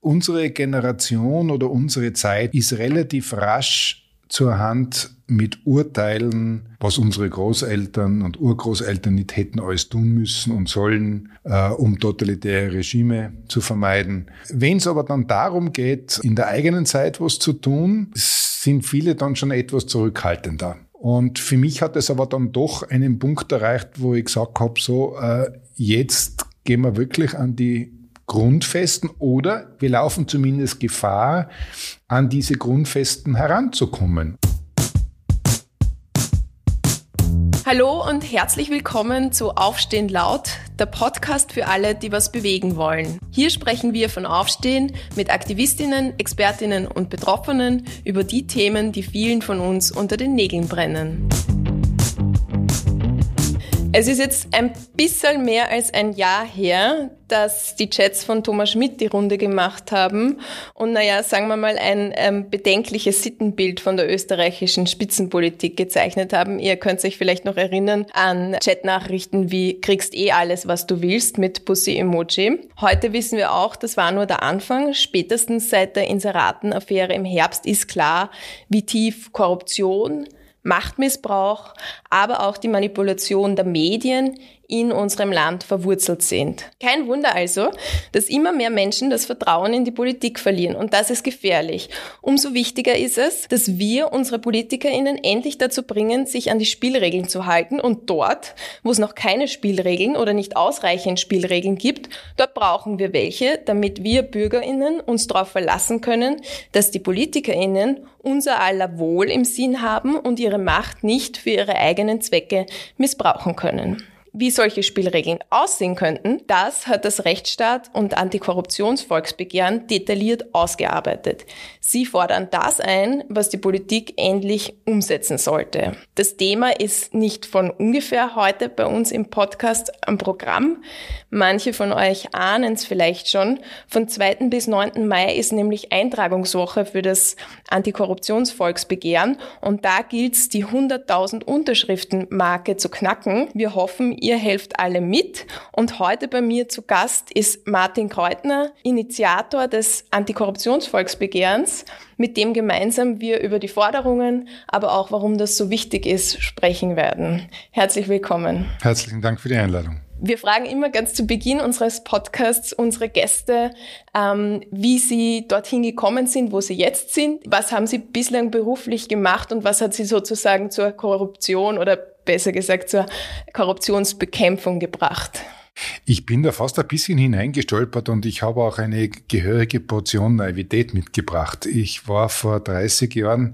Unsere Generation oder unsere Zeit ist relativ rasch zur Hand mit Urteilen, was unsere Großeltern und Urgroßeltern nicht hätten alles tun müssen und sollen, um totalitäre Regime zu vermeiden. Wenn es aber dann darum geht, in der eigenen Zeit was zu tun, sind viele dann schon etwas zurückhaltender. Und für mich hat es aber dann doch einen Punkt erreicht, wo ich gesagt habe, so, jetzt gehen wir wirklich an die Grundfesten oder wir laufen zumindest Gefahr, an diese Grundfesten heranzukommen. Hallo und herzlich willkommen zu Aufstehen laut, der Podcast für alle, die was bewegen wollen. Hier sprechen wir von Aufstehen mit Aktivistinnen, Expertinnen und Betroffenen über die Themen, die vielen von uns unter den Nägeln brennen. Es ist jetzt ein bisschen mehr als ein Jahr her, dass die Chats von Thomas Schmidt die Runde gemacht haben und sagen wir mal, ein bedenkliches Sittenbild von der österreichischen Spitzenpolitik gezeichnet haben. Ihr könnt euch vielleicht noch erinnern an Chatnachrichten wie "kriegst alles, was du willst" mit Pussy-Emoji. Heute wissen wir auch, das war nur der Anfang. Spätestens seit der Inseraten-Affäre im Herbst ist klar, wie tief Korruption, Machtmissbrauch, aber auch die Manipulation der Medien in unserem Land verwurzelt sind. Kein Wunder also, dass immer mehr Menschen das Vertrauen in die Politik verlieren und das ist gefährlich. Umso wichtiger ist es, dass wir unsere PolitikerInnen endlich dazu bringen, sich an die Spielregeln zu halten und dort, wo es noch keine Spielregeln oder nicht ausreichend Spielregeln gibt, dort brauchen wir welche, damit wir BürgerInnen uns darauf verlassen können, dass die PolitikerInnen unser aller Wohl im Sinn haben und ihre Macht nicht für ihre eigenen Zwecke missbrauchen können. Wie solche Spielregeln aussehen könnten, das hat das Rechtsstaat- und Antikorruptionsvolksbegehren detailliert ausgearbeitet. Sie fordern das ein, was die Politik endlich umsetzen sollte. Das Thema ist nicht von ungefähr heute bei uns im Podcast am Programm. Manche von euch ahnen es vielleicht schon. Von 2. bis 9. Mai ist nämlich Eintragungswoche für das Antikorruptionsvolksbegehren und da gilt es, die 100.000 Unterschriften-Marke zu knacken. Wir hoffen, ihr helft alle mit und heute bei mir zu Gast ist Martin Kreutner, Initiator des Antikorruptionsvolksbegehrens, mit dem gemeinsam wir über die Forderungen, aber auch warum das so wichtig ist, sprechen werden. Herzlich willkommen. Herzlichen Dank für die Einladung. Wir fragen immer ganz zu Beginn unseres Podcasts unsere Gäste, wie sie dorthin gekommen sind, wo sie jetzt sind. Was haben sie bislang beruflich gemacht und was hat sie sozusagen zur Korruption oder besser gesagt zur Korruptionsbekämpfung gebracht? Ich bin da fast ein bisschen hineingestolpert und ich habe auch eine gehörige Portion Naivität mitgebracht. Ich war vor 30 Jahren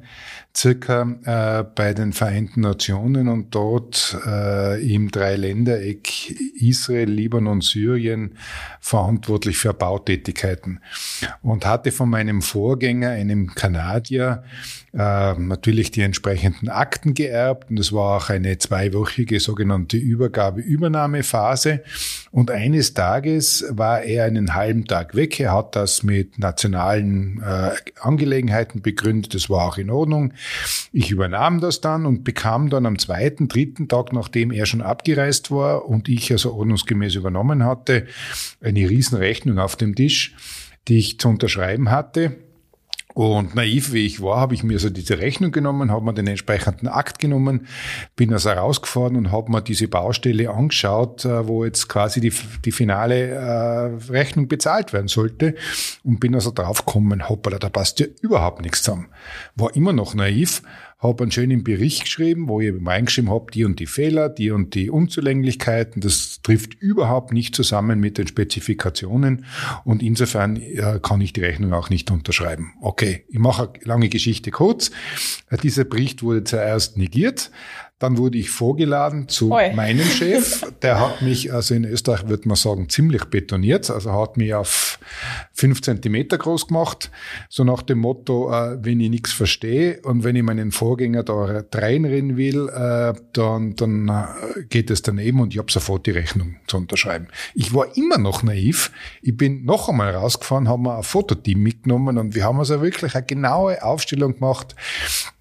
circa bei den Vereinten Nationen und dort im Dreiländereck Israel, Libanon, Syrien verantwortlich für Bautätigkeiten und hatte von meinem Vorgänger, einem Kanadier, natürlich die entsprechenden Akten geerbt und es war auch eine 2-wöchige sogenannte Übernahmephase und eines Tages war er einen halben Tag weg. Er hat das mit nationalen Angelegenheiten begründet, das war auch in Ordnung. Ich übernahm das dann und bekam dann am 2., 3. Tag, nachdem er schon abgereist war und ich also ordnungsgemäß übernommen hatte, eine Riesenrechnung auf dem Tisch, die ich zu unterschreiben hatte. Und naiv wie ich war, habe ich mir also diese Rechnung genommen, habe mir den entsprechenden Akt genommen, bin also rausgefahren und habe mir diese Baustelle angeschaut, wo jetzt quasi die finale Rechnung bezahlt werden sollte und bin also draufgekommen, hoppala, da passt ja überhaupt nichts zusammen. War immer noch naiv, habe einen schönen Bericht geschrieben, wo ich reingeschrieben habe, die und die Fehler, die und die Unzulänglichkeiten, das trifft überhaupt nicht zusammen mit den Spezifikationen und insofern kann ich die Rechnung auch nicht unterschreiben. Okay, ich mache eine lange Geschichte kurz. Dieser Bericht wurde zuerst negiert. Dann wurde ich vorgeladen zu meinem Chef. Der hat mich, also in Österreich würde man sagen, ziemlich betoniert. Also hat mich auf 5 Zentimeter groß gemacht. So nach dem Motto, wenn ich nichts verstehe und wenn ich meinen Vorgänger da reinreden will, dann geht es daneben und ich habe sofort die Rechnung zu unterschreiben. Ich war immer noch naiv. Ich bin noch einmal rausgefahren, haben wir ein Fototeam mitgenommen und wir haben also wirklich eine genaue Aufstellung gemacht,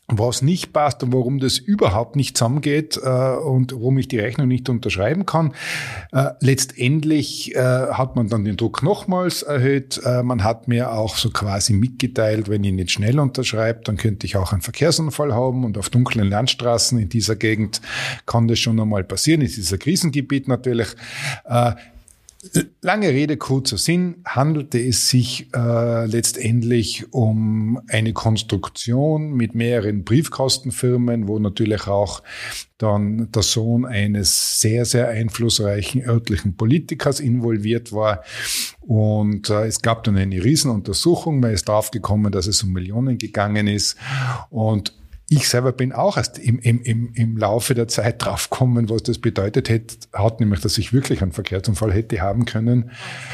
was nicht passt und warum das überhaupt nicht zusammengeht und warum ich die Rechnung nicht unterschreiben kann. Letztendlich hat man dann den Druck nochmals erhöht. Man hat mir auch so quasi mitgeteilt, wenn ich nicht schnell unterschreibe, dann könnte ich auch einen Verkehrsunfall haben und auf dunklen Landstraßen in dieser Gegend kann das schon einmal passieren. Es ist ein Krisengebiet natürlich. Lange Rede, kurzer Sinn, handelte es sich letztendlich um eine Konstruktion mit mehreren Briefkastenfirmen, wo natürlich auch dann der Sohn eines sehr, sehr einflussreichen örtlichen Politikers involviert war. Und es gab dann eine Riesenuntersuchung, man ist draufgekommen, dass es um Millionen gegangen ist. Und ich selber bin auch erst im Laufe der Zeit draufgekommen, was das bedeutet hat, nämlich, dass ich wirklich einen Verkehrsunfall hätte haben können.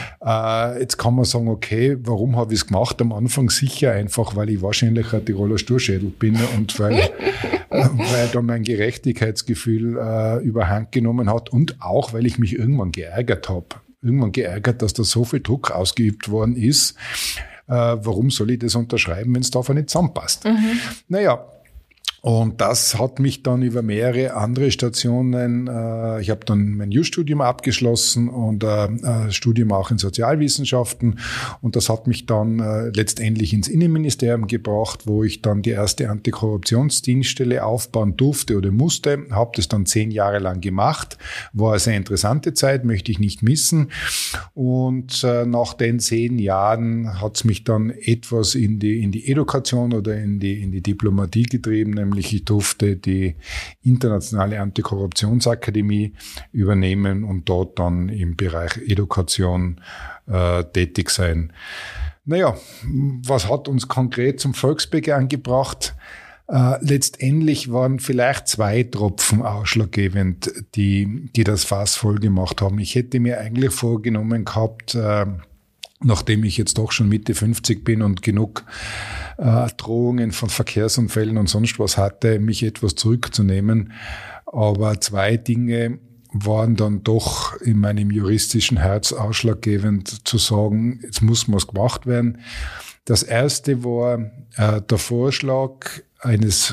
Jetzt kann man sagen, okay, warum habe ich es gemacht? Am Anfang sicher einfach, weil ich wahrscheinlich ein Tiroler Sturschädel bin und weil da mein Gerechtigkeitsgefühl überhand genommen hat und auch, weil ich mich irgendwann geärgert habe. Dass da so viel Druck ausgeübt worden ist. Warum soll ich das unterschreiben, wenn es davon nicht zusammenpasst? Naja, und das hat mich dann über mehrere andere Stationen, ich habe dann mein Jus-Studium abgeschlossen und Studium auch in Sozialwissenschaften und das hat mich dann letztendlich ins Innenministerium gebracht, wo ich dann die erste Antikorruptionsdienststelle aufbauen durfte oder musste, habe das dann 10 Jahre lang gemacht, war eine sehr interessante Zeit, möchte ich nicht missen und nach den 10 Jahren hat es mich dann etwas in die Education oder in die Diplomatie getrieben, nämlich ich durfte die Internationale Antikorruptionsakademie übernehmen und dort dann im Bereich Education tätig sein. Naja, was hat uns konkret zum Volksbegehren gebracht? Letztendlich waren vielleicht 2 Tropfen ausschlaggebend, die das Fass voll gemacht haben. Ich hätte mir eigentlich vorgenommen gehabt, nachdem ich jetzt doch schon Mitte 50 bin und genug Drohungen von Verkehrsunfällen und sonst was hatte, mich etwas zurückzunehmen. Aber 2 Dinge waren dann doch in meinem juristischen Herz ausschlaggebend zu sagen, jetzt muss was gemacht werden. Das erste war der Vorschlag eines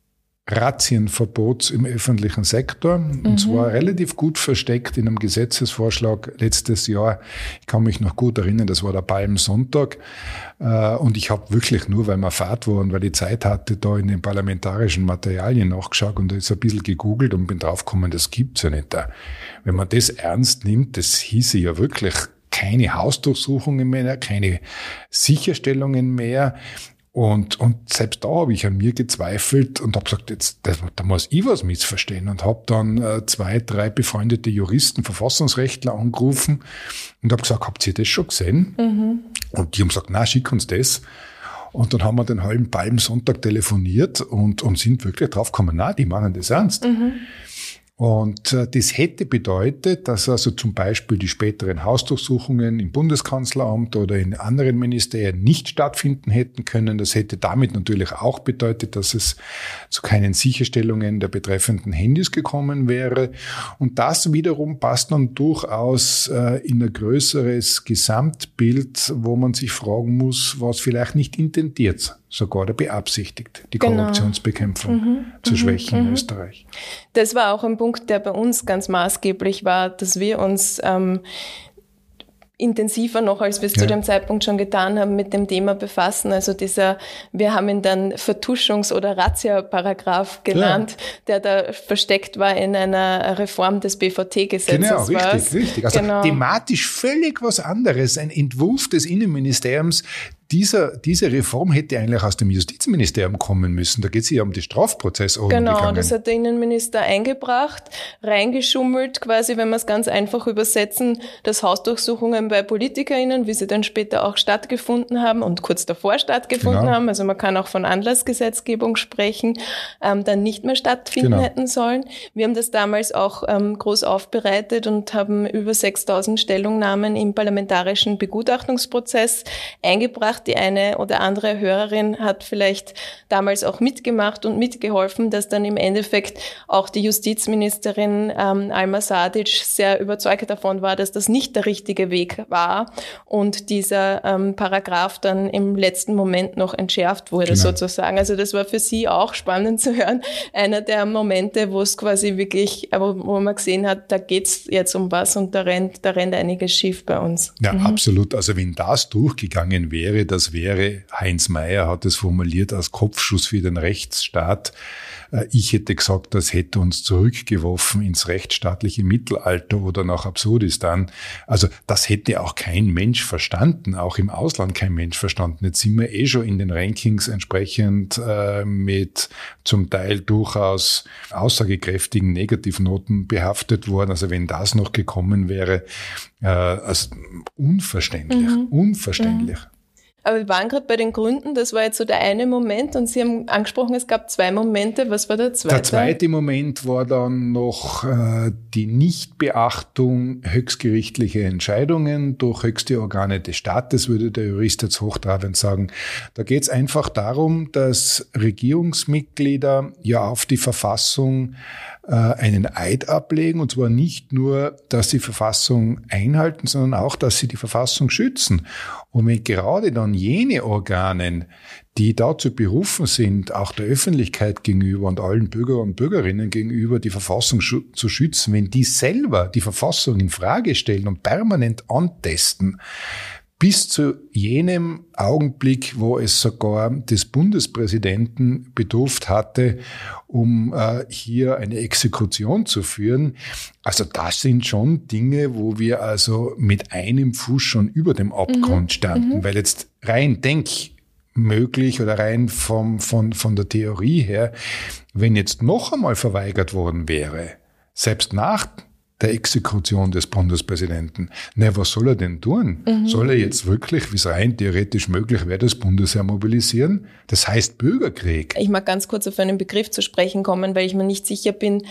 Razzienverbots im öffentlichen Sektor. Und zwar relativ gut versteckt in einem Gesetzesvorschlag letztes Jahr. Ich kann mich noch gut erinnern, das war der Palmsonntag. Und ich habe wirklich nur, weil wir Fahrt waren, weil ich Zeit hatte, da in den parlamentarischen Materialien nachgeschaut und da ist ein bisschen gegoogelt und bin draufgekommen, das gibt's ja nicht da. Wenn man das ernst nimmt, das hieße ja wirklich keine Hausdurchsuchungen mehr, keine Sicherstellungen mehr. Und selbst da habe ich an mir gezweifelt und habe gesagt, jetzt, da muss ich was missverstehen und habe dann 2, 3 befreundete Juristen, Verfassungsrechtler angerufen und habe gesagt, habt ihr das schon gesehen? Und die haben gesagt, na, schick uns das. Und dann haben wir den halben Palmsonntag telefoniert und sind wirklich draufgekommen, na, die meinen das ernst. Und das hätte bedeutet, dass also zum Beispiel die späteren Hausdurchsuchungen im Bundeskanzleramt oder in anderen Ministerien nicht stattfinden hätten können. Das hätte damit natürlich auch bedeutet, dass es zu keinen Sicherstellungen der betreffenden Handys gekommen wäre. Und das wiederum passt dann durchaus in ein größeres Gesamtbild, wo man sich fragen muss, was vielleicht nicht intendiert, sogar oder beabsichtigt, die Korruptionsbekämpfung zu schwächen in Österreich. Das war auch ein Punkt, der bei uns ganz maßgeblich war, dass wir uns intensiver noch, als wir es zu dem Zeitpunkt schon getan haben, mit dem Thema befassen. Also wir haben ihn dann Vertuschungs- oder Razzia-Paragraph genannt, der da versteckt war in einer Reform des BVT-Gesetzes. Genau, richtig. Also thematisch völlig was anderes. Ein Entwurf des Innenministeriums. Diese Reform hätte eigentlich aus dem Justizministerium kommen müssen. Da geht es ja um die Strafprozessordnung gegangen. Das hat der Innenminister eingebracht, reingeschummelt quasi, wenn wir es ganz einfach übersetzen, dass Hausdurchsuchungen bei PolitikerInnen, wie sie dann später auch stattgefunden haben und kurz davor stattgefunden haben, also man kann auch von Anlassgesetzgebung sprechen, dann nicht mehr stattfinden hätten sollen. Wir haben das damals auch groß aufbereitet und haben über 6.000 Stellungnahmen im parlamentarischen Begutachtungsprozess eingebracht. gedacht, die eine oder andere Hörerin hat vielleicht damals auch mitgemacht und mitgeholfen, dass dann im Endeffekt auch die Justizministerin Alma Sadic sehr überzeugt davon war, dass das nicht der richtige Weg war und dieser Paragraph dann im letzten Moment noch entschärft wurde, sozusagen. Also das war für sie auch spannend zu hören. Einer der Momente, wo es quasi wirklich, wo man gesehen hat, da geht's jetzt um was und da rennt einiges schief bei uns. Ja, absolut. Also wenn das durchgegangen wäre, das wäre, Heinz Mayer hat es formuliert, als Kopfschuss für den Rechtsstaat. Ich hätte gesagt, das hätte uns zurückgeworfen ins rechtsstaatliche Mittelalter oder nach Absurdistan. Also das hätte auch kein Mensch verstanden, auch im Ausland kein Mensch verstanden. Jetzt sind wir schon in den Rankings entsprechend mit zum Teil durchaus aussagekräftigen Negativnoten behaftet worden. Also wenn das noch gekommen wäre, also unverständlich, unverständlich. Aber wir waren gerade bei den Gründen, das war jetzt so der eine Moment und Sie haben angesprochen, es gab 2 Momente. Was war der zweite? Der zweite Moment war dann noch die Nichtbeachtung höchstgerichtlicher Entscheidungen durch höchste Organe des Staates, würde der Jurist jetzt hochtrabend sagen. Da geht es einfach darum, dass Regierungsmitglieder ja auf die Verfassung einen Eid ablegen, und zwar nicht nur, dass sie Verfassung einhalten, sondern auch, dass sie die Verfassung schützen. Und wenn gerade dann jene Organe, die dazu berufen sind, auch der Öffentlichkeit gegenüber und allen Bürger und Bürgerinnen gegenüber die Verfassung zu schützen, wenn die selber die Verfassung in Frage stellen und permanent antesten, bis zu jenem Augenblick, wo es sogar des Bundespräsidenten bedurft hatte, um hier eine Exekution zu führen. Also das sind schon Dinge, wo wir also mit einem Fuß schon über dem Abgrund standen, weil jetzt rein denkmöglich oder rein von der Theorie her, wenn jetzt noch einmal verweigert worden wäre, selbst nach der Exekution des Bundespräsidenten. Was soll er denn tun? Soll er jetzt wirklich, wie es rein theoretisch möglich wäre, das Bundesheer mobilisieren? Das heißt Bürgerkrieg. Ich mag ganz kurz auf einen Begriff zu sprechen kommen, weil ich mir nicht sicher bin.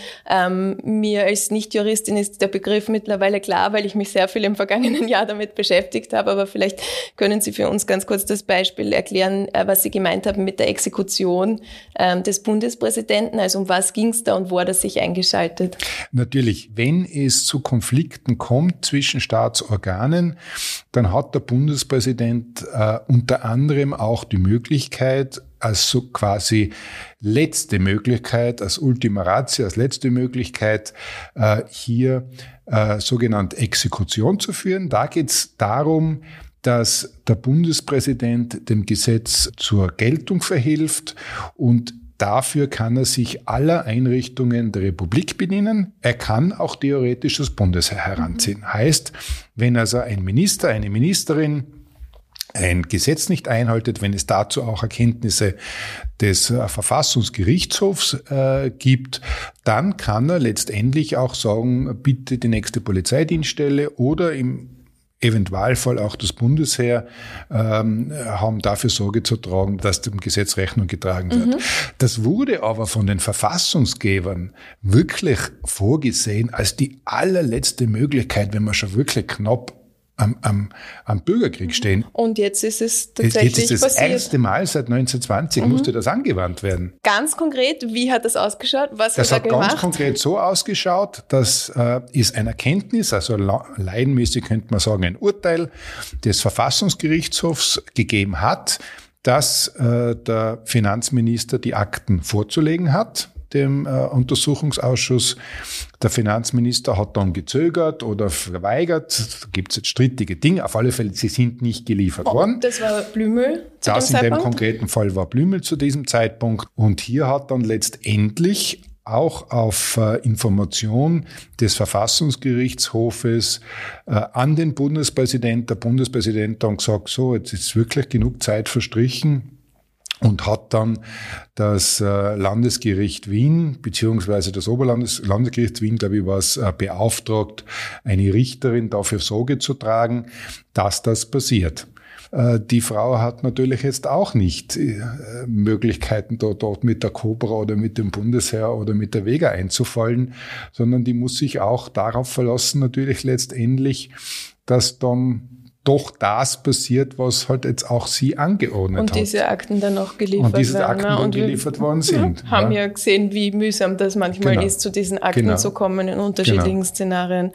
Mir als Nicht-Juristin ist der Begriff mittlerweile klar, weil ich mich sehr viel im vergangenen Jahr damit beschäftigt habe. Aber vielleicht können Sie für uns ganz kurz das Beispiel erklären, was Sie gemeint haben mit der Exekution des Bundespräsidenten. Also um was ging es da und wo hat er sich eingeschaltet? Natürlich, wenn es zu Konflikten kommt zwischen Staatsorganen, dann hat der Bundespräsident unter anderem auch die Möglichkeit, als so quasi letzte Möglichkeit, als Ultima Ratio, als letzte Möglichkeit, hier sogenannte Exekution zu führen. Da geht es darum, dass der Bundespräsident dem Gesetz zur Geltung verhilft und dafür kann er sich aller Einrichtungen der Republik bedienen. Er kann auch theoretisch das Bundesheer heranziehen. Heißt, wenn also ein Minister, eine Ministerin ein Gesetz nicht einhaltet, wenn es dazu auch Erkenntnisse des Verfassungsgerichtshofs gibt, dann kann er letztendlich auch sagen, bitte die nächste Polizeidienststelle oder im Eventualfall auch das Bundesheer haben dafür Sorge zu tragen, dass dem Gesetz Rechnung getragen wird. Das wurde aber von den Verfassungsgebern wirklich vorgesehen als die allerletzte Möglichkeit, wenn man schon wirklich knapp am Bürgerkrieg stehen. Und jetzt ist es tatsächlich passiert. Jetzt ist das erste Mal seit 1920 musste das angewandt werden. Ganz konkret, wie hat das ausgeschaut? Was das hat er gemacht? Ganz konkret so ausgeschaut, dass es ein Erkenntnis, also laienmäßig könnte man sagen ein Urteil des Verfassungsgerichtshofs gegeben hat, dass der Finanzminister die Akten vorzulegen hat, dem Untersuchungsausschuss. Der Finanzminister hat dann gezögert oder verweigert. Da gibt es jetzt strittige Dinge. Auf alle Fälle, sie sind nicht geliefert worden. Das war Blümel zu dem Zeitpunkt? Das in dem konkreten Fall war Blümel zu diesem Zeitpunkt. Und hier hat dann letztendlich auch auf Information des Verfassungsgerichtshofes an den Bundespräsidenten, der Bundespräsident dann gesagt, so, jetzt ist wirklich genug Zeit verstrichen. Und hat dann das Landesgericht Wien, beziehungsweise das Landesgericht Wien, glaube ich, war es, beauftragt, eine Richterin dafür Sorge zu tragen, dass das passiert. Die Frau hat natürlich jetzt auch nicht Möglichkeiten, dort mit der Cobra oder mit dem Bundesheer oder mit der Vega einzufallen, sondern die muss sich auch darauf verlassen, natürlich letztendlich, dass dann doch das passiert, was halt jetzt auch sie angeordnet hat. Und diese Akten dann auch geliefert worden sind. Haben ja gesehen, wie mühsam das manchmal ist, zu diesen Akten zu kommen in unterschiedlichen Szenarien.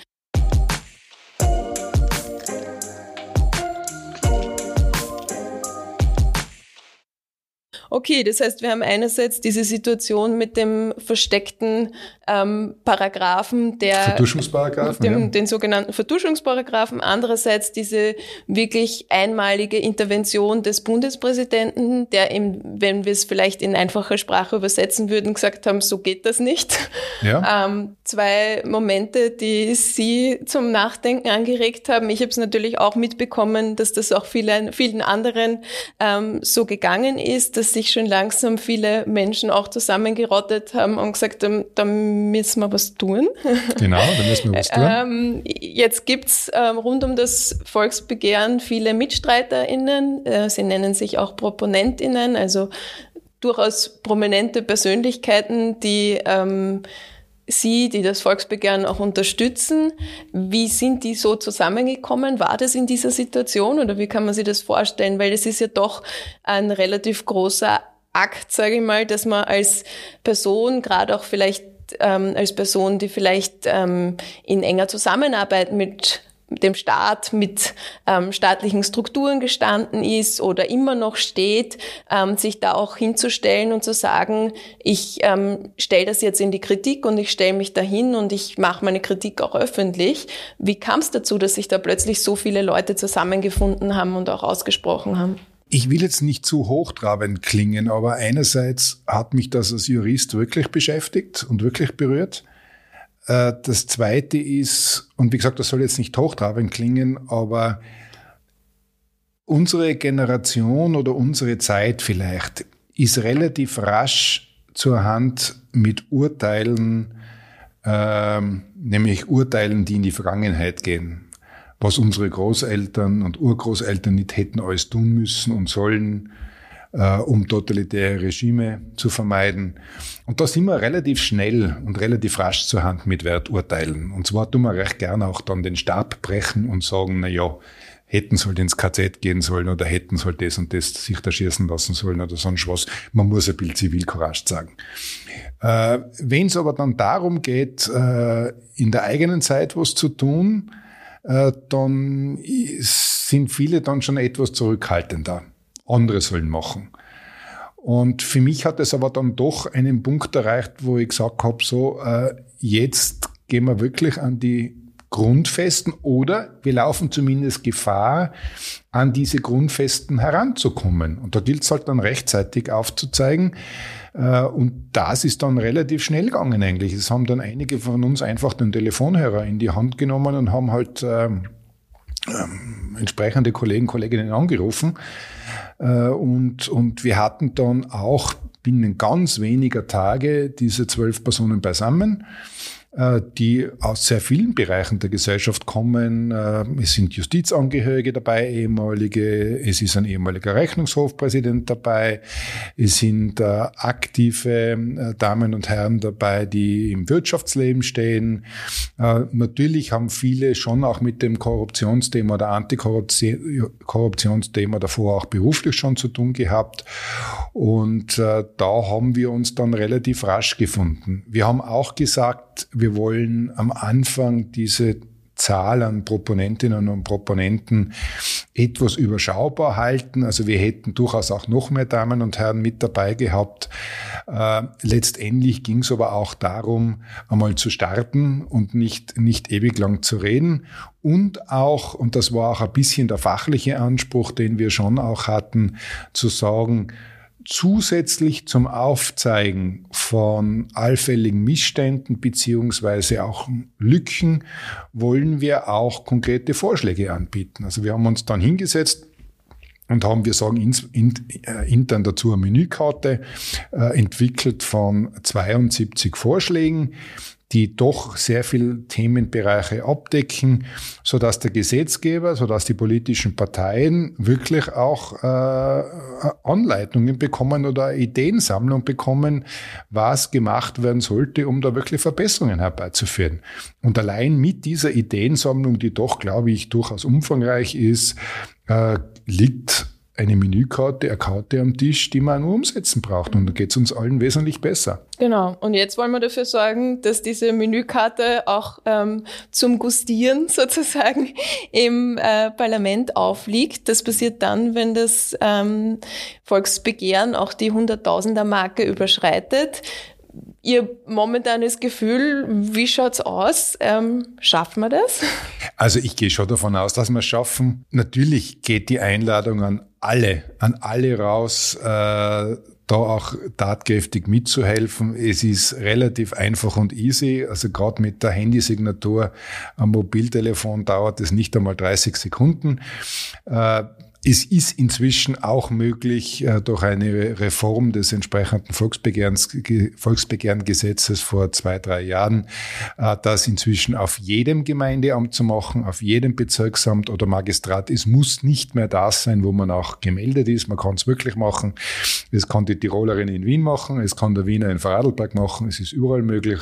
Okay, das heißt, wir haben einerseits diese Situation mit dem versteckten Paragraphen, Vertuschungsparagraphen, den sogenannten Vertuschungsparagraphen, andererseits diese wirklich einmalige Intervention des Bundespräsidenten, der eben, wenn wir es vielleicht in einfacher Sprache übersetzen würden, gesagt haben, so geht das nicht. Ja. Zwei Momente, die Sie zum Nachdenken angeregt haben. Ich habe es natürlich auch mitbekommen, dass das auch vielen anderen so gegangen ist, dass sich schon langsam viele Menschen auch zusammengerottet haben und gesagt haben, da müssen wir was tun. Genau, da müssen wir was tun. Jetzt gibt's rund um das Volksbegehren viele MitstreiterInnen. Sie nennen sich auch ProponentInnen, also durchaus prominente Persönlichkeiten, die die das Volksbegehren auch unterstützen. Wie sind die so zusammengekommen? War das in dieser Situation oder wie kann man sich das vorstellen? Weil es ist ja doch ein relativ großer Akt, sage ich mal, dass man als Person, gerade auch vielleicht als Person, die vielleicht in enger Zusammenarbeit mit dem Staat, mit staatlichen Strukturen gestanden ist oder immer noch steht, sich da auch hinzustellen und zu sagen, ich stelle das jetzt in die Kritik und ich stelle mich dahin und ich mache meine Kritik auch öffentlich. Wie kam es dazu, dass sich da plötzlich so viele Leute zusammengefunden haben und auch ausgesprochen haben? Ich will jetzt nicht zu hochtrabend klingen, aber einerseits hat mich das als Jurist wirklich beschäftigt und wirklich berührt. Das Zweite ist, und wie gesagt, das soll jetzt nicht hochtrabend klingen, aber unsere Generation oder unsere Zeit vielleicht ist relativ rasch zur Hand mit Urteilen, nämlich Urteilen, die in die Vergangenheit gehen. Was unsere Großeltern und Urgroßeltern nicht hätten alles tun müssen und sollen, um totalitäre Regime zu vermeiden. Und da sind wir relativ schnell und relativ rasch zur Hand mit Werturteilen. Und zwar tun wir recht gerne auch dann den Stab brechen und sagen, hätten sie halt ins KZ gehen sollen oder hätten sie halt das und das sich da schießen lassen sollen oder sonst was. Man muss ein bisschen Zivilcourage sagen. Wenn es aber dann darum geht, in der eigenen Zeit was zu tun, dann sind viele dann schon etwas zurückhaltender. Andere sollen machen. Und für mich hat es aber dann doch einen Punkt erreicht, wo ich gesagt habe, jetzt gehen wir wirklich an die Grundfesten oder wir laufen zumindest Gefahr, an diese Grundfesten heranzukommen. Und da gilt es halt dann rechtzeitig aufzuzeigen. Und das ist dann relativ schnell gegangen eigentlich. Es haben dann einige von uns einfach den Telefonhörer in die Hand genommen und haben halt entsprechende Kolleginnen angerufen. Und wir hatten dann auch binnen ganz weniger Tage diese 12 Personen beisammen, die aus sehr vielen Bereichen der Gesellschaft kommen. Es sind Justizangehörige dabei, ehemalige, es ist ein ehemaliger Rechnungshofpräsident dabei, es sind aktive Damen und Herren dabei, die im Wirtschaftsleben stehen. Natürlich haben viele schon auch mit dem Korruptionsthema oder Antikorruptionsthema davor auch beruflich schon zu tun gehabt. Und da haben wir uns dann relativ rasch gefunden. Wir haben auch gesagt, wir wollen am Anfang diese Zahl an Proponentinnen und Proponenten etwas überschaubar halten. Also wir hätten durchaus auch noch mehr Damen und Herren mit dabei gehabt. Letztendlich ging es aber auch darum, einmal zu starten und nicht ewig lang zu reden. Und auch, und das war auch ein bisschen der fachliche Anspruch, den wir schon auch hatten, zu sagen, zusätzlich zum Aufzeigen von allfälligen Missständen beziehungsweise auch Lücken wollen wir auch konkrete Vorschläge anbieten. Also wir haben uns dann hingesetzt und haben, wir sagen intern dazu eine Menükarte entwickelt von 72 Vorschlägen, die doch sehr viele Themenbereiche abdecken, sodass der Gesetzgeber, sodass die politischen Parteien wirklich auch Anleitungen bekommen oder Ideensammlung bekommen, was gemacht werden sollte, um da wirklich Verbesserungen herbeizuführen. Und allein mit dieser Ideensammlung, die doch, glaube ich, durchaus umfangreich ist, liegt eine Menükarte, eine Karte am Tisch, die man nur umsetzen braucht. Und da geht es uns allen wesentlich besser. Genau. Und jetzt wollen wir dafür sorgen, dass diese Menükarte auch zum Gustieren sozusagen im Parlament aufliegt. Das passiert dann, wenn das Volksbegehren auch die 100.000er-Marke überschreitet. Ihr momentanes Gefühl, wie schaut's aus? Schaffen wir das? Also ich gehe schon davon aus, dass wir es schaffen. Natürlich geht die Einladung an alle raus, da auch tatkräftig mitzuhelfen. Es ist relativ einfach und easy. Also gerade mit der Handysignatur am Mobiltelefon dauert es nicht einmal 30 Sekunden. Es ist inzwischen auch möglich, durch eine Reform des entsprechenden Volksbegehren-Gesetzes vor 2-3 Jahren, das inzwischen auf jedem Gemeindeamt zu machen, auf jedem Bezirksamt oder Magistrat. Es muss nicht mehr das sein, wo man auch gemeldet ist. Man kann es wirklich machen. Es kann die Tirolerin in Wien machen, es kann der Wiener in Vorarlberg machen. Es ist überall möglich.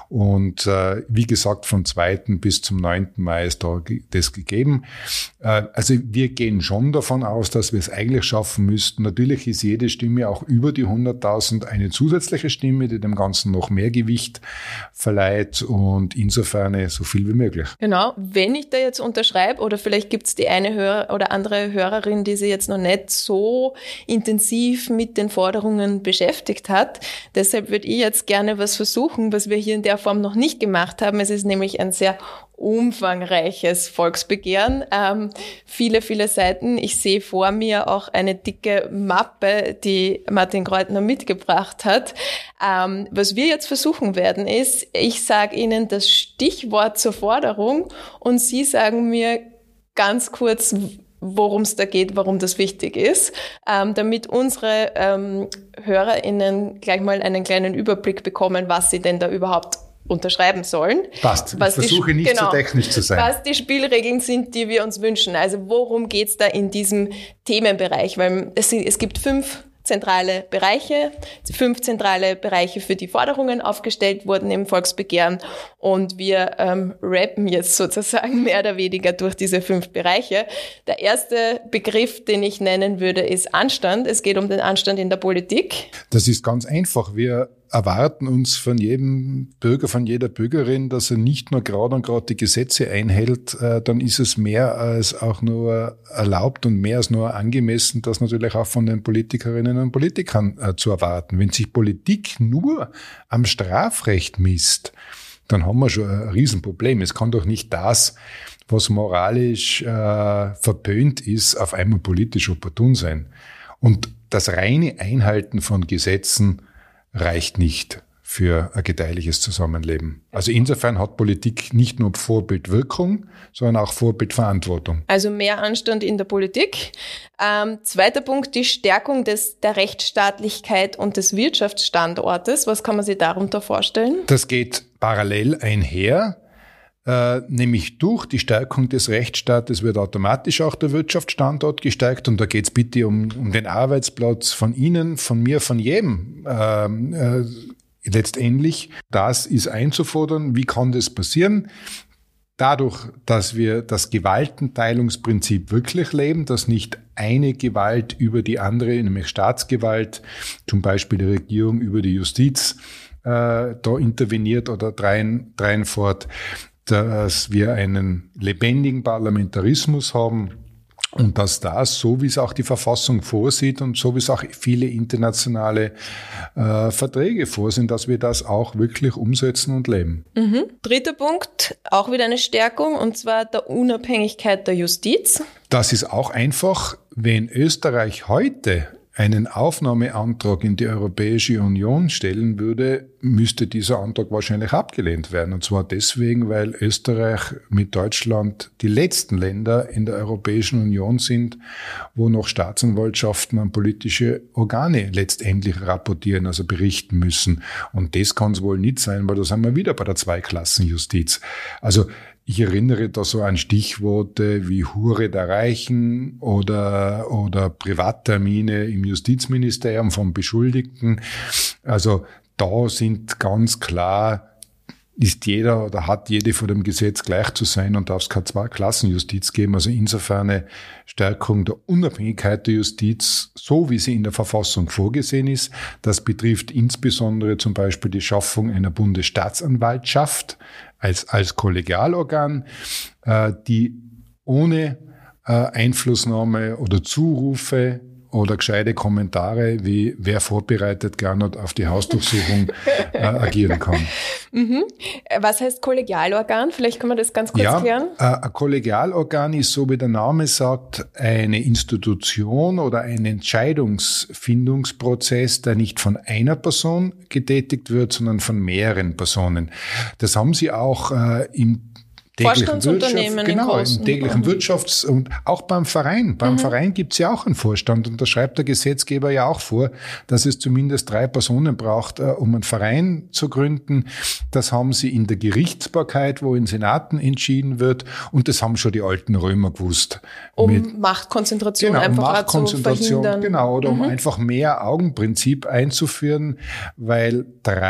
Und wie gesagt, vom 2. bis zum 9. Mai ist da das gegeben. Also wir gehen schon davon aus, dass wir es eigentlich schaffen müssten. Natürlich ist jede Stimme auch über die 100.000 eine zusätzliche Stimme, die dem Ganzen noch mehr Gewicht verleiht und insofern so viel wie möglich. Genau, wenn ich da jetzt unterschreibe oder vielleicht gibt es die eine Hörer oder andere Hörerin, die sich jetzt noch nicht so intensiv mit den Forderungen beschäftigt hat. Deshalb würde ich jetzt gerne was versuchen, was wir hier in der Form noch nicht gemacht haben. Es ist nämlich ein sehr umfangreiches Volksbegehren. Viele Seiten. Ich sehe vor mir auch eine dicke Mappe, die Martin Kreutner mitgebracht hat. Was wir jetzt versuchen werden ist, ich sage Ihnen das Stichwort zur Forderung und Sie sagen mir ganz kurz, worum es da geht, warum das wichtig ist, damit unsere HörerInnen gleich mal einen kleinen Überblick bekommen, was sie denn da überhaupt unterschreiben sollen. Passt. Ich versuche nicht so technisch zu sein. Was die Spielregeln sind, die wir uns wünschen. Also worum geht's da in diesem Themenbereich? Weil es gibt 5 zentrale Bereiche, 5 zentrale Bereiche, für die Forderungen aufgestellt wurden im Volksbegehren. Und wir rappen jetzt sozusagen mehr oder weniger durch diese 5 Bereiche. Der erste Begriff, den ich nennen würde, ist Anstand. Es geht um den Anstand in der Politik. Das ist ganz einfach. Wir erwarten uns von jedem Bürger, von jeder Bürgerin, dass er nicht nur gerade und gerade die Gesetze einhält, dann ist es mehr als auch nur erlaubt und mehr als nur angemessen, das natürlich auch von den Politikerinnen und Politikern zu erwarten. Wenn sich Politik nur am Strafrecht misst, dann haben wir schon ein Riesenproblem. Es kann doch nicht das, was moralisch verpönt ist, auf einmal politisch opportun sein. Und das reine Einhalten von Gesetzen reicht nicht für ein gedeihliches Zusammenleben. Also insofern hat Politik nicht nur Vorbildwirkung, sondern auch Vorbildverantwortung. Also mehr Anstand in der Politik. Zweiter Punkt, die Stärkung der Rechtsstaatlichkeit und des Wirtschaftsstandortes. Was kann man sich darunter vorstellen? Das geht parallel einher. Nämlich durch die Stärkung des Rechtsstaates wird automatisch auch der Wirtschaftsstandort gestärkt und da geht es bitte um den Arbeitsplatz von Ihnen, von mir, von jedem. Letztendlich, das ist einzufordern. Wie kann das passieren? Dadurch, dass wir das Gewaltenteilungsprinzip wirklich leben, dass nicht eine Gewalt über die andere, nämlich Staatsgewalt, zum Beispiel die Regierung über die Justiz, da interveniert oder drein fort, dass wir einen lebendigen Parlamentarismus haben und dass das, so wie es auch die Verfassung vorsieht und so wie es auch viele internationale Verträge vorsehen, dass wir das auch wirklich umsetzen und leben. Mhm. Dritter Punkt, auch wieder eine Stärkung, und zwar der Unabhängigkeit der Justiz. Das ist auch einfach, wenn Österreich heute einen Aufnahmeantrag in die Europäische Union stellen würde, müsste dieser Antrag wahrscheinlich abgelehnt werden. Und zwar deswegen, weil Österreich mit Deutschland die letzten Länder in der Europäischen Union sind, wo noch Staatsanwaltschaften an politische Organe letztendlich rapportieren, also berichten müssen. Und das kann es wohl nicht sein, weil da sind wir wieder bei der Zweiklassenjustiz. Also ich erinnere da so an Stichworte wie Hure der Reichen oder Privattermine im Justizministerium von Beschuldigten. Also da sind ganz klar, ist jeder oder hat jede vor dem Gesetz gleich zu sein und darf es keine Zweiklassenjustiz geben. Also insofern eine Stärkung der Unabhängigkeit der Justiz, so wie sie in der Verfassung vorgesehen ist. Das betrifft insbesondere zum Beispiel die Schaffung einer Bundesstaatsanwaltschaft als Kollegialorgan, die ohne Einflussnahme oder Zurufe oder gescheite Kommentare wie wer vorbereitet Gernot auf die Hausdurchsuchung agieren kann. Mhm. Was heißt Kollegialorgan? Vielleicht kann man das ganz kurz klären. Ein Kollegialorgan ist, so wie der Name sagt, eine Institution oder ein Entscheidungsfindungsprozess, der nicht von einer Person getätigt wird, sondern von mehreren Personen. Das haben Sie auch im täglichen im täglichen Wirtschafts- und auch beim Verein. Beim Verein gibt's ja auch einen Vorstand und da schreibt der Gesetzgeber ja auch vor, dass es zumindest 3 Personen braucht, um einen Verein zu gründen. Das haben sie in der Gerichtsbarkeit, wo in Senaten entschieden wird, und das haben schon die alten Römer gewusst. Machtkonzentration einfach zu verhindern. Genau, oder um einfach mehr Augenprinzip einzuführen, weil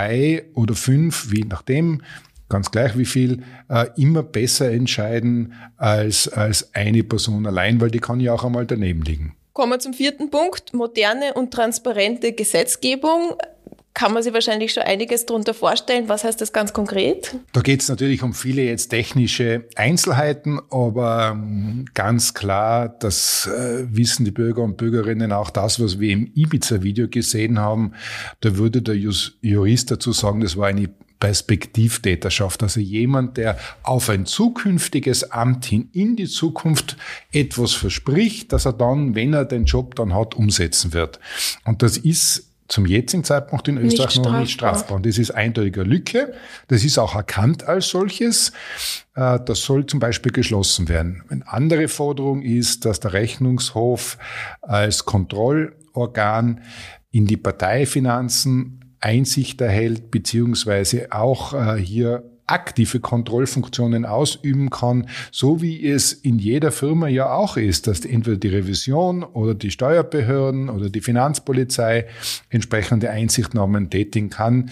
3 oder 5, je nachdem, ganz gleich wie viel, immer besser entscheiden als eine Person allein, weil die kann ja auch einmal daneben liegen. Kommen wir zum 4. Punkt. Moderne und transparente Gesetzgebung. Kann man sich wahrscheinlich schon einiges darunter vorstellen. Was heißt das ganz konkret? Da geht es natürlich um viele jetzt technische Einzelheiten, aber ganz klar, das wissen die Bürger und Bürgerinnen auch, das, was wir im Ibiza-Video gesehen haben, da würde der Jurist dazu sagen, das war eine Perspektivtäterschaft, also jemand, der auf ein zukünftiges Amt hin in die Zukunft etwas verspricht, dass er dann, wenn er den Job dann hat, umsetzen wird. Und das ist zum jetzigen Zeitpunkt in Österreich noch nicht strafbar. Und das ist eindeutige Lücke. Das ist auch erkannt als solches. Das soll zum Beispiel geschlossen werden. Eine andere Forderung ist, dass der Rechnungshof als Kontrollorgan in die Parteifinanzen Einsicht erhält, beziehungsweise auch hier aktive Kontrollfunktionen ausüben kann, so wie es in jeder Firma ja auch ist, dass entweder die Revision oder die Steuerbehörden oder die Finanzpolizei entsprechende Einsichtnahmen tätigen kann.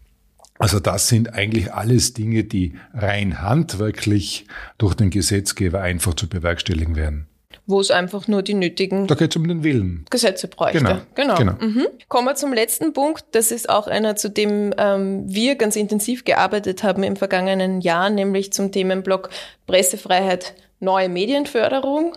Also das sind eigentlich alles Dinge, die rein handwerklich durch den Gesetzgeber einfach zu bewerkstelligen werden. Wo es einfach nur die nötigen da geht's um den Willen. Gesetze bräuchte. Genau. Kommen wir zum letzten Punkt. Das ist auch einer, zu dem wir ganz intensiv gearbeitet haben im vergangenen Jahr, nämlich zum Themenblock Pressefreiheit, neue Medienförderung.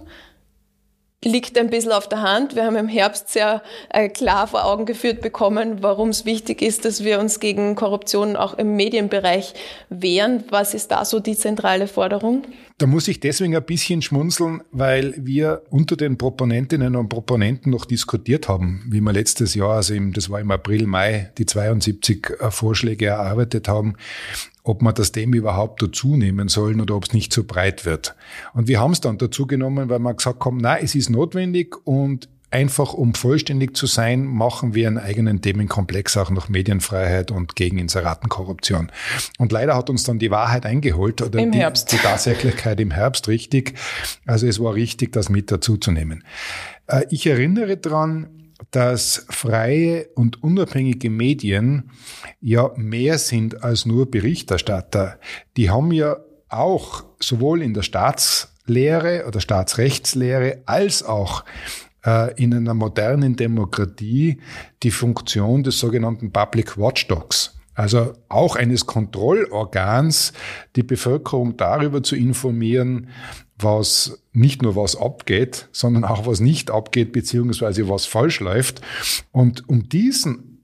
Liegt ein bisschen auf der Hand. Wir haben im Herbst sehr klar vor Augen geführt bekommen, warum es wichtig ist, dass wir uns gegen Korruption auch im Medienbereich wehren. Was ist da so die zentrale Forderung? Da muss ich deswegen ein bisschen schmunzeln, weil wir unter den Proponentinnen und Proponenten noch diskutiert haben, wie wir letztes Jahr, also das war im April, Mai, die 72 Vorschläge erarbeitet haben, ob wir das Thema überhaupt dazu nehmen sollen oder ob es nicht so breit wird. Und wir haben es dann dazu genommen, weil wir gesagt haben, nein, es ist notwendig und einfach um vollständig zu sein, machen wir einen eigenen Themenkomplex auch noch Medienfreiheit und gegen Inseratenkorruption. Und leider hat uns dann die Wahrheit eingeholt oder die Tatsächlichkeit im Herbst, richtig. Also es war richtig, das mit dazu zu nehmen. Ich erinnere daran, dass freie und unabhängige Medien ja mehr sind als nur Berichterstatter. Die haben ja auch sowohl in der Staatslehre oder Staatsrechtslehre als auch in einer modernen Demokratie die Funktion des sogenannten Public Watchdogs. Also auch eines Kontrollorgans, die Bevölkerung darüber zu informieren, was nicht nur was abgeht, sondern auch was nicht abgeht, beziehungsweise was falsch läuft. Und um diesen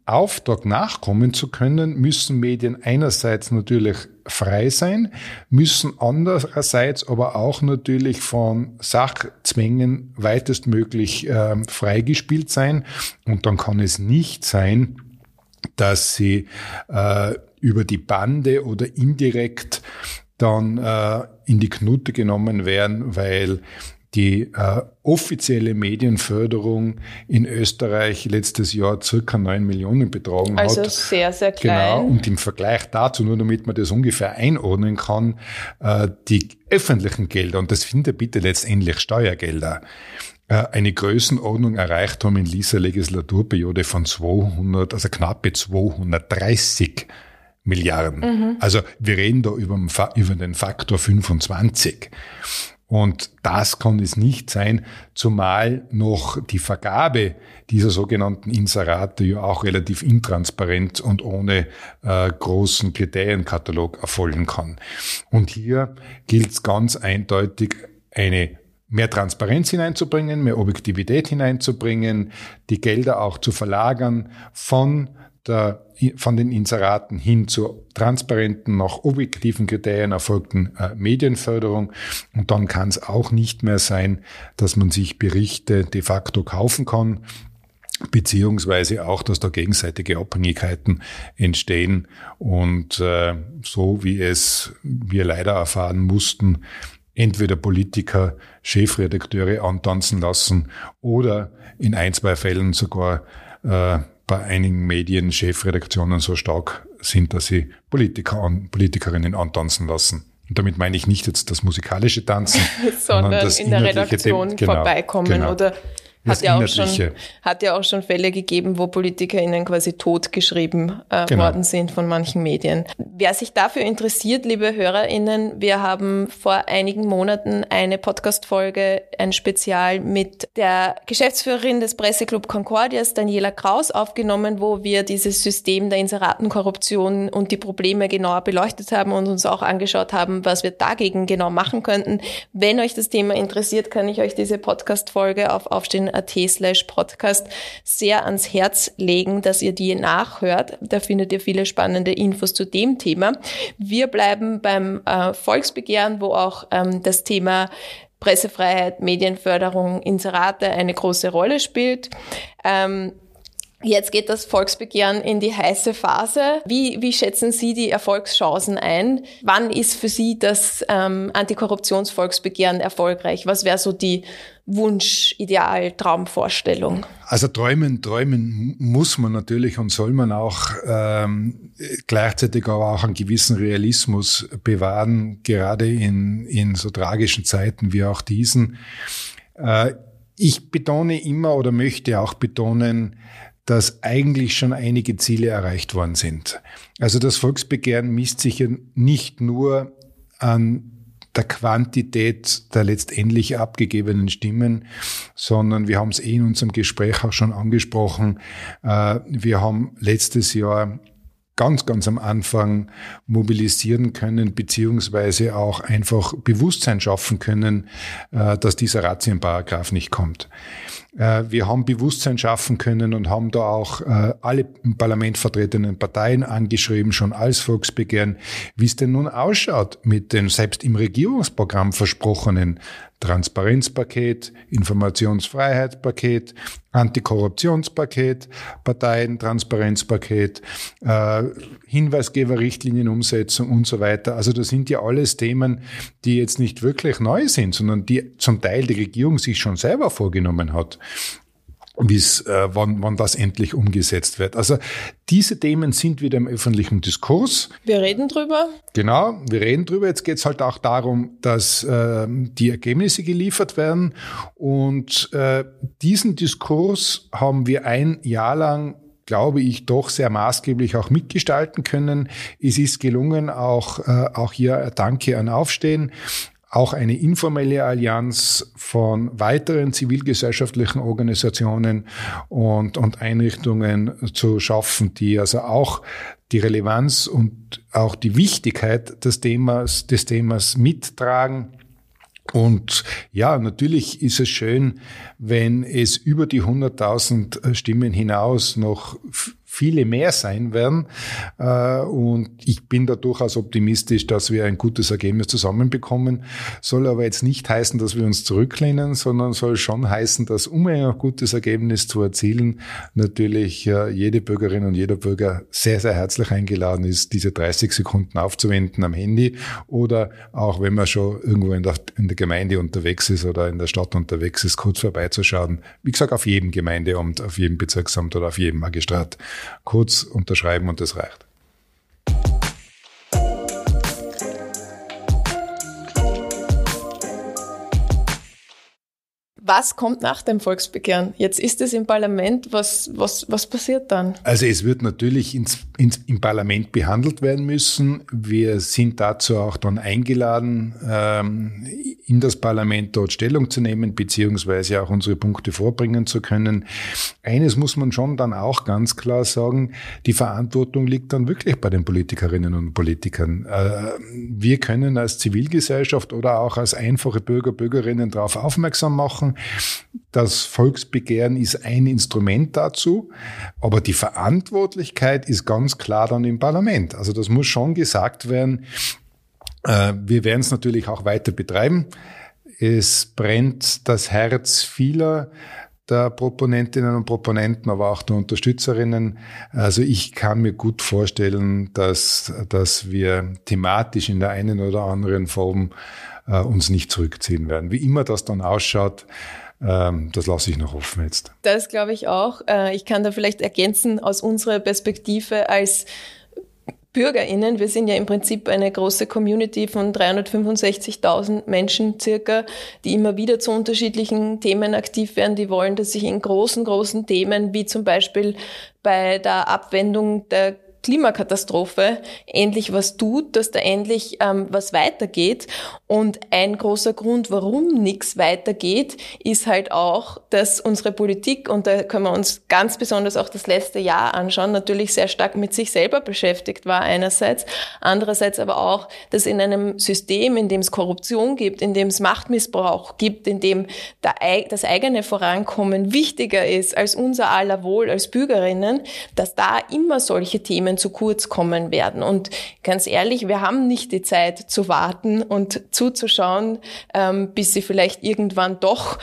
Auftrag nachkommen zu können, müssen Medien einerseits natürlich frei sein, müssen andererseits aber auch natürlich von Sachzwängen weitestmöglich freigespielt sein. Und dann kann es nicht sein, dass sie über die Bande oder indirekt dann in die Knute genommen werden, weil die offizielle Medienförderung in Österreich letztes Jahr circa 9 Millionen betragen hat. Also sehr, sehr klein. Genau, und im Vergleich dazu, nur damit man das ungefähr einordnen kann, die öffentlichen Gelder, und das sind ja bitte letztendlich Steuergelder, eine Größenordnung erreicht haben in dieser Legislaturperiode von knappe 230 Milliarden. Also wir reden da über den Faktor 25. Und das kann es nicht sein, zumal noch die Vergabe dieser sogenannten Inserate ja auch relativ intransparent und ohne großen Kriterienkatalog erfolgen kann. Und hier gilt es ganz eindeutig, eine mehr Transparenz hineinzubringen, mehr Objektivität hineinzubringen, die Gelder auch zu verlagern von den Inseraten hin zur transparenten, nach objektiven Kriterien erfolgten Medienförderung. Und dann kann es auch nicht mehr sein, dass man sich Berichte de facto kaufen kann, beziehungsweise auch, dass da gegenseitige Abhängigkeiten entstehen. Und so wie wir leider erfahren mussten, entweder Politiker Chefredakteure antanzen lassen oder in 1, 2 Fällen sogar bei einigen Medien Chefredaktionen so stark sind, dass sie Politikerinnen antanzen lassen. Und damit meine ich nicht jetzt das musikalische Tanzen, sondern das in der Redaktion vorbeikommen oder hat ja auch schon Fälle gegeben, wo PolitikerInnen quasi totgeschrieben worden sind von manchen Medien. Wer sich dafür interessiert, liebe HörerInnen, wir haben vor einigen Monaten eine Podcast-Folge, ein Spezial mit der Geschäftsführerin des Presseclub Concordias, Daniela Kraus, aufgenommen, wo wir dieses System der Inseratenkorruption und die Probleme genauer beleuchtet haben und uns auch angeschaut haben, was wir dagegen genau machen könnten. Wenn euch das Thema interessiert, kann ich euch diese Podcast-Folge auf aufstehen.at/podcast sehr ans Herz legen, dass ihr die nachhört. Da findet ihr viele spannende Infos zu dem Thema. Wir bleiben beim Volksbegehren, wo auch das Thema Pressefreiheit, Medienförderung, Inserate eine große Rolle spielt. Jetzt geht das Volksbegehren in die heiße Phase. Wie schätzen Sie die Erfolgschancen ein? Wann ist für Sie das Antikorruptionsvolksbegehren erfolgreich? Was wäre so die Wunsch, Ideal, Traumvorstellung? Also träumen muss man natürlich und soll man auch gleichzeitig aber auch einen gewissen Realismus bewahren, gerade in so tragischen Zeiten wie auch diesen. Ich betone immer oder möchte auch betonen, dass eigentlich schon einige Ziele erreicht worden sind. Also das Volksbegehren misst sich ja nicht nur an der Quantität der letztendlich abgegebenen Stimmen, sondern wir haben es in unserem Gespräch auch schon angesprochen. Wir haben letztes Jahr ganz am Anfang mobilisieren können, beziehungsweise auch einfach Bewusstsein schaffen können, dass dieser Ratioenparagraph nicht kommt. Wir haben Bewusstsein schaffen können und haben da auch alle im Parlament vertretenen Parteien angeschrieben, schon als Volksbegehren, wie es denn nun ausschaut mit dem selbst im Regierungsprogramm versprochenen Transparenzpaket, Informationsfreiheitspaket, Antikorruptionspaket, Parteientransparenzpaket, Hinweisgeberrichtlinienumsetzung und so weiter. Also das sind ja alles Themen, die jetzt nicht wirklich neu sind, sondern die zum Teil die Regierung sich schon selber vorgenommen hat, wann das endlich umgesetzt wird. Also diese Themen sind wieder im öffentlichen Diskurs. Wir reden drüber. Genau, wir reden drüber. Jetzt geht es halt auch darum, dass die Ergebnisse geliefert werden. Und diesen Diskurs haben wir ein Jahr lang, glaube ich, doch sehr maßgeblich auch mitgestalten können. Es ist gelungen, auch hier Danke an Aufstehen, auch eine informelle Allianz von weiteren zivilgesellschaftlichen Organisationen und Einrichtungen zu schaffen, die also auch die Relevanz und auch die Wichtigkeit des Themas mittragen. Und ja, natürlich ist es schön, wenn es über die 100.000 Stimmen hinaus noch viele mehr sein werden. Und ich bin da durchaus optimistisch, dass wir ein gutes Ergebnis zusammenbekommen. Soll aber jetzt nicht heißen, dass wir uns zurücklehnen, sondern soll schon heißen, dass um ein gutes Ergebnis zu erzielen, natürlich jede Bürgerin und jeder Bürger sehr, sehr herzlich eingeladen ist, diese 30 Sekunden aufzuwenden am Handy oder auch wenn man schon irgendwo in der Gemeinde unterwegs ist oder in der Stadt unterwegs ist, kurz vorbeizuschauen. Wie gesagt, auf jedem Gemeindeamt, auf jedem Bezirksamt oder auf jedem Magistrat. Kurz unterschreiben und das reicht. Was kommt nach dem Volksbegehren? Jetzt ist es im Parlament. Was passiert dann? Also es wird natürlich im Parlament behandelt werden müssen. Wir sind dazu auch dann eingeladen, in das Parlament dort Stellung zu nehmen, beziehungsweise auch unsere Punkte vorbringen zu können. Eines muss man schon dann auch ganz klar sagen, die Verantwortung liegt dann wirklich bei den Politikerinnen und Politikern. Wir können als Zivilgesellschaft oder auch als einfache Bürger, Bürgerinnen darauf aufmerksam machen. Das Volksbegehren ist ein Instrument dazu, aber die Verantwortlichkeit ist ganz klar dann im Parlament. Also das muss schon gesagt werden. Wir werden es natürlich auch weiter betreiben. Es brennt das Herz vieler der Proponentinnen und Proponenten, aber auch der Unterstützerinnen. Also ich kann mir gut vorstellen, dass wir thematisch in der einen oder anderen Form uns nicht zurückziehen werden. Wie immer das dann ausschaut, das lasse ich noch offen jetzt. Das glaube ich auch. Ich kann da vielleicht ergänzen aus unserer Perspektive als BürgerInnen. Wir sind ja im Prinzip eine große Community von 365.000 Menschen circa, die immer wieder zu unterschiedlichen Themen aktiv werden. Die wollen, dass sich in großen Themen, wie zum Beispiel bei der Abwendung der Klimakatastrophe endlich was tut, dass da endlich was weitergeht. Und ein großer Grund, warum nichts weitergeht, ist halt auch, dass unsere Politik, und da können wir uns ganz besonders auch das letzte Jahr anschauen, natürlich sehr stark mit sich selber beschäftigt war einerseits, andererseits aber auch, dass in einem System, in dem es Korruption gibt, in dem es Machtmissbrauch gibt, in dem das eigene Vorankommen wichtiger ist als unser aller Wohl als Bürgerinnen, dass da immer solche Themen zu kurz kommen werden. Und ganz ehrlich, wir haben nicht die Zeit zu warten und zuzuschauen, bis sie vielleicht irgendwann doch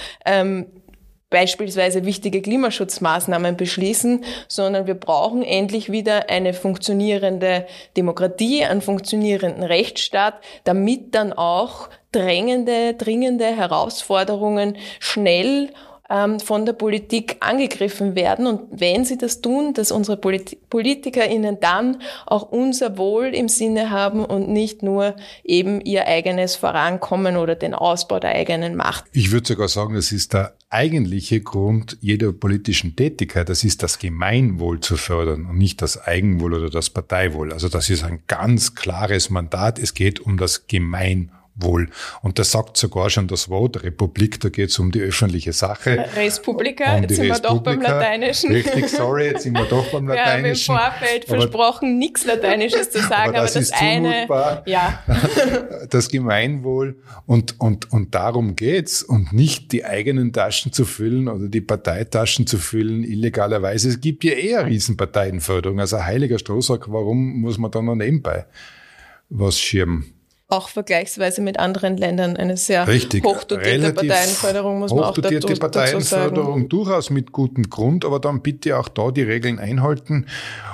beispielsweise wichtige Klimaschutzmaßnahmen beschließen, sondern wir brauchen endlich wieder eine funktionierende Demokratie, einen funktionierenden Rechtsstaat, damit dann auch dringende Herausforderungen schnell von der Politik angegriffen werden. Und wenn sie das tun, dass unsere PolitikerInnen dann auch unser Wohl im Sinne haben und nicht nur eben ihr eigenes Vorankommen oder den Ausbau der eigenen Macht. Ich würde sogar sagen, das ist der eigentliche Grund jeder politischen Tätigkeit. Das ist das Gemeinwohl zu fördern und nicht das Eigenwohl oder das Parteiwohl. Also das ist ein ganz klares Mandat. Es geht um das Gemeinwohl. Und das sagt sogar schon das Wort Republik, da geht es um die öffentliche Sache. Respublika, jetzt sind wir doch beim Lateinischen. Richtig, sorry, jetzt sind wir doch beim Lateinischen. Wir haben im Vorfeld versprochen, nichts Lateinisches zu sagen, aber das eine, zumutbar. Ja. Das Gemeinwohl und darum geht's und nicht die eigenen Taschen zu füllen oder die Parteitaschen zu füllen illegalerweise. Es gibt ja eher Riesenparteienförderung, also ein heiliger Strohsack, warum muss man dann noch nebenbei was schirmen? Auch vergleichsweise mit anderen Ländern eine sehr hochdotierte Parteienförderung, muss man auch dazu sagen. Durchaus mit gutem Grund, aber dann bitte auch da die Regeln einhalten.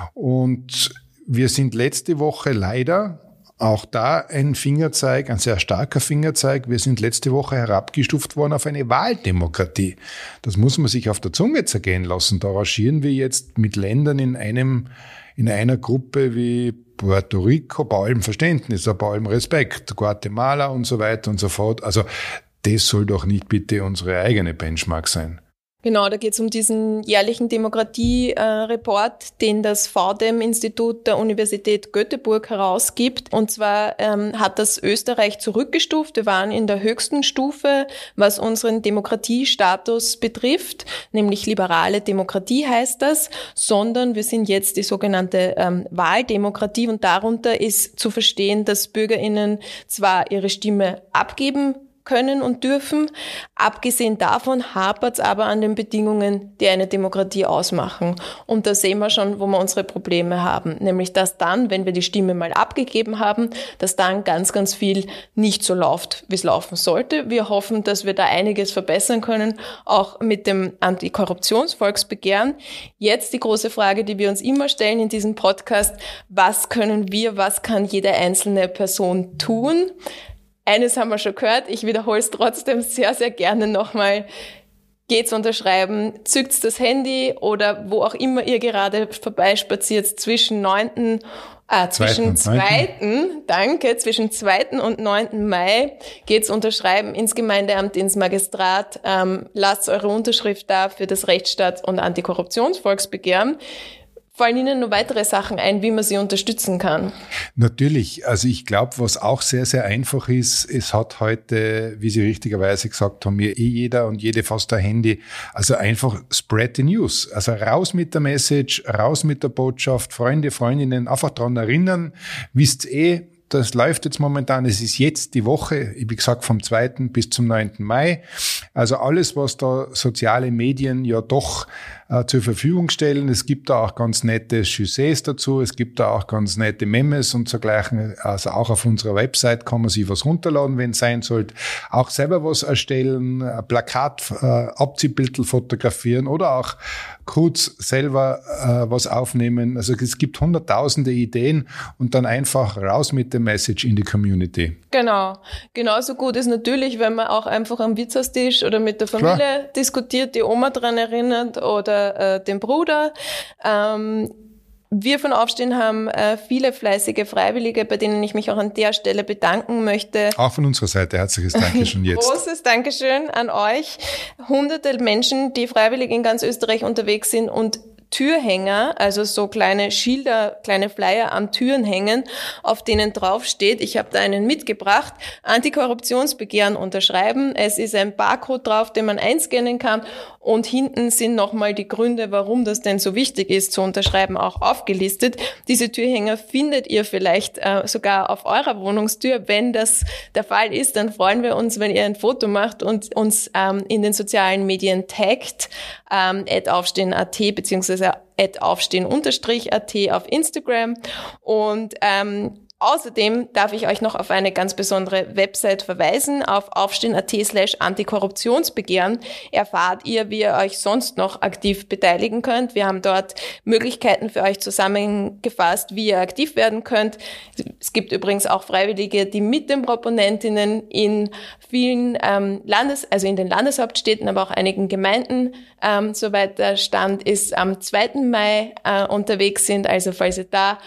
Und wir sind letzte Woche leider, auch da ein Fingerzeig, ein sehr starker Fingerzeig, wir sind letzte Woche herabgestuft worden auf eine Wahldemokratie. Das muss man sich auf der Zunge zergehen lassen. Da rangieren wir jetzt mit Ländern in einer Gruppe wie Puerto Rico, bei allem Verständnis, bei allem Respekt, Guatemala und so weiter und so fort. Also das soll doch nicht bitte unsere eigene Benchmark sein. Genau, da geht es um diesen jährlichen Demokratie-Report, den das VDEM-Institut der Universität Göteborg herausgibt. Und zwar hat das Österreich zurückgestuft. Wir waren in der höchsten Stufe, was unseren Demokratiestatus betrifft, nämlich liberale Demokratie heißt das, sondern wir sind jetzt die sogenannte Wahldemokratie und darunter ist zu verstehen, dass BürgerInnen zwar ihre Stimme abgeben können und dürfen. Abgesehen davon hapert es aber an den Bedingungen, die eine Demokratie ausmachen. Und da sehen wir schon, wo wir unsere Probleme haben. Nämlich, dass dann, wenn wir die Stimme mal abgegeben haben, dass dann ganz, ganz viel nicht so läuft, wie es laufen sollte. Wir hoffen, dass wir da einiges verbessern können, auch mit dem Antikorruptionsvolksbegehren. Jetzt die große Frage, die wir uns immer stellen in diesem Podcast: Was können wir, was kann jede einzelne Person tun? Eines haben wir schon gehört, ich wiederhole es trotzdem sehr, sehr gerne nochmal. Geht's unterschreiben, zückt's das Handy oder wo auch immer ihr gerade vorbeispaziert zwischen 2. und 9. Mai geht's unterschreiben ins Gemeindeamt, ins Magistrat. Lasst eure Unterschrift da für das Rechtsstaats- und Antikorruptionsvolksbegehren. Fallen Ihnen noch weitere Sachen ein, wie man sie unterstützen kann? Natürlich. Also ich glaube, was auch sehr, sehr einfach ist, es hat heute, wie Sie richtigerweise gesagt haben, jeder und jede fast ein Handy. Also einfach spread the news. Also raus mit der Message, raus mit der Botschaft, Freunde, Freundinnen, einfach dran erinnern. Wisst das läuft jetzt momentan, es ist jetzt die Woche, wie gesagt, vom 2. bis zum 9. Mai. Also alles, was da soziale Medien ja doch zur Verfügung stellen. Es gibt da auch ganz nette Jussés dazu, es gibt da auch ganz nette Memes und dergleichen. Also auch auf unserer Website kann man sich was runterladen, wenn es sein sollte. Auch selber was erstellen, ein Plakat, Abziehbildel fotografieren oder auch kurz selber was aufnehmen. Also es gibt hunderttausende Ideen und dann einfach raus mit der Message in die Community. Genau. Genauso gut ist natürlich, wenn man auch einfach am Wirtshaustisch oder mit der Familie diskutiert, die Oma dran erinnert oder den Bruder. Wir von Aufstehen haben viele fleißige Freiwillige, bei denen ich mich auch an der Stelle bedanken möchte. Auch von unserer Seite herzliches Dankeschön jetzt. Großes Dankeschön an euch. Hunderte Menschen, die freiwillig in ganz Österreich unterwegs sind und Türhänger, also so kleine Schilder, kleine Flyer an Türen hängen, auf denen drauf steht, ich habe da einen mitgebracht, Antikorruptionsbegehren unterschreiben. Es ist ein Barcode drauf, den man einscannen kann und hinten sind nochmal die Gründe, warum das denn so wichtig ist zu unterschreiben, auch aufgelistet. Diese Türhänger findet ihr vielleicht sogar auf eurer Wohnungstür. Wenn das der Fall ist, dann freuen wir uns, wenn ihr ein Foto macht und uns in den sozialen Medien taggt, @aufstehen.at bzw. @aufstehen_at auf Instagram. Und außerdem darf ich euch noch auf eine ganz besondere Website verweisen. Auf aufstehen.at/Antikorruptionsbegehren erfahrt ihr, wie ihr euch sonst noch aktiv beteiligen könnt. Wir haben dort Möglichkeiten für euch zusammengefasst, wie ihr aktiv werden könnt. Es gibt übrigens auch Freiwillige, die mit den Proponentinnen in vielen in den Landeshauptstädten, aber auch einigen Gemeinden, soweit der Stand ist, am 2. Mai unterwegs sind. Also falls ihr da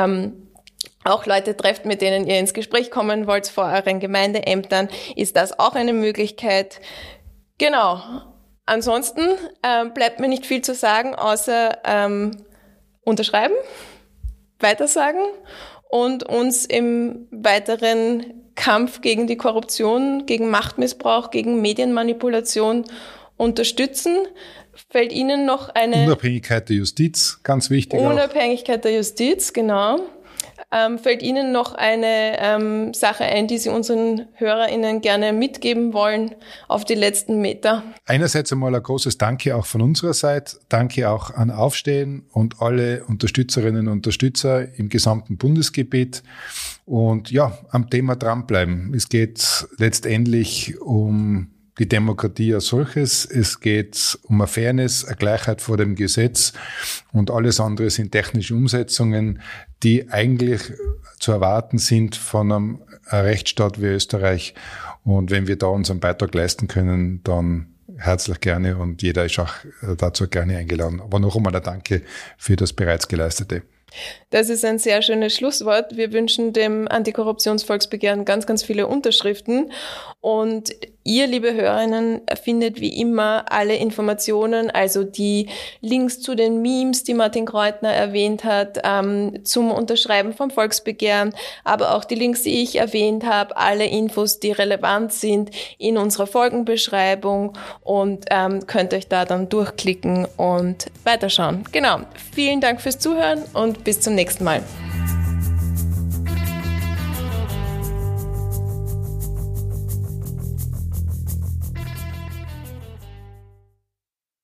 auch Leute trefft, mit denen ihr ins Gespräch kommen wollt vor euren Gemeindeämtern, ist das auch eine Möglichkeit. Genau. Ansonsten bleibt mir nicht viel zu sagen, außer unterschreiben, weitersagen und uns im weiteren Kampf gegen die Korruption, gegen Machtmissbrauch, gegen Medienmanipulation unterstützen. Fällt Ihnen noch eine... Unabhängigkeit der Justiz, ganz wichtig. Unabhängigkeit der Justiz, genau. Fällt Ihnen noch eine Sache ein, die Sie unseren HörerInnen gerne mitgeben wollen auf die letzten Meter? Einerseits einmal ein großes Danke auch von unserer Seite. Danke auch an Aufstehen und alle Unterstützerinnen und Unterstützer im gesamten Bundesgebiet. Und ja, am Thema dranbleiben. Es geht letztendlich um die Demokratie als solches. Es geht um eine Fairness, eine Gleichheit vor dem Gesetz und alles andere sind technische Umsetzungen, die eigentlich zu erwarten sind von einem Rechtsstaat wie Österreich. Und wenn wir da unseren Beitrag leisten können, dann herzlich gerne und jeder ist auch dazu gerne eingeladen. Aber noch einmal ein Danke für das bereits Geleistete. Das ist ein sehr schönes Schlusswort. Wir wünschen dem Antikorruptionsvolksbegehren ganz, ganz viele Unterschriften. Und ihr, liebe Hörerinnen, findet wie immer alle Informationen, also die Links zu den Memes, die Martin Kreutner erwähnt hat, zum Unterschreiben vom Volksbegehren, aber auch die Links, die ich erwähnt habe, alle Infos, die relevant sind, in unserer Folgenbeschreibung und könnt euch da dann durchklicken und weiterschauen. Genau. Vielen Dank fürs Zuhören und bis zum nächsten Mal.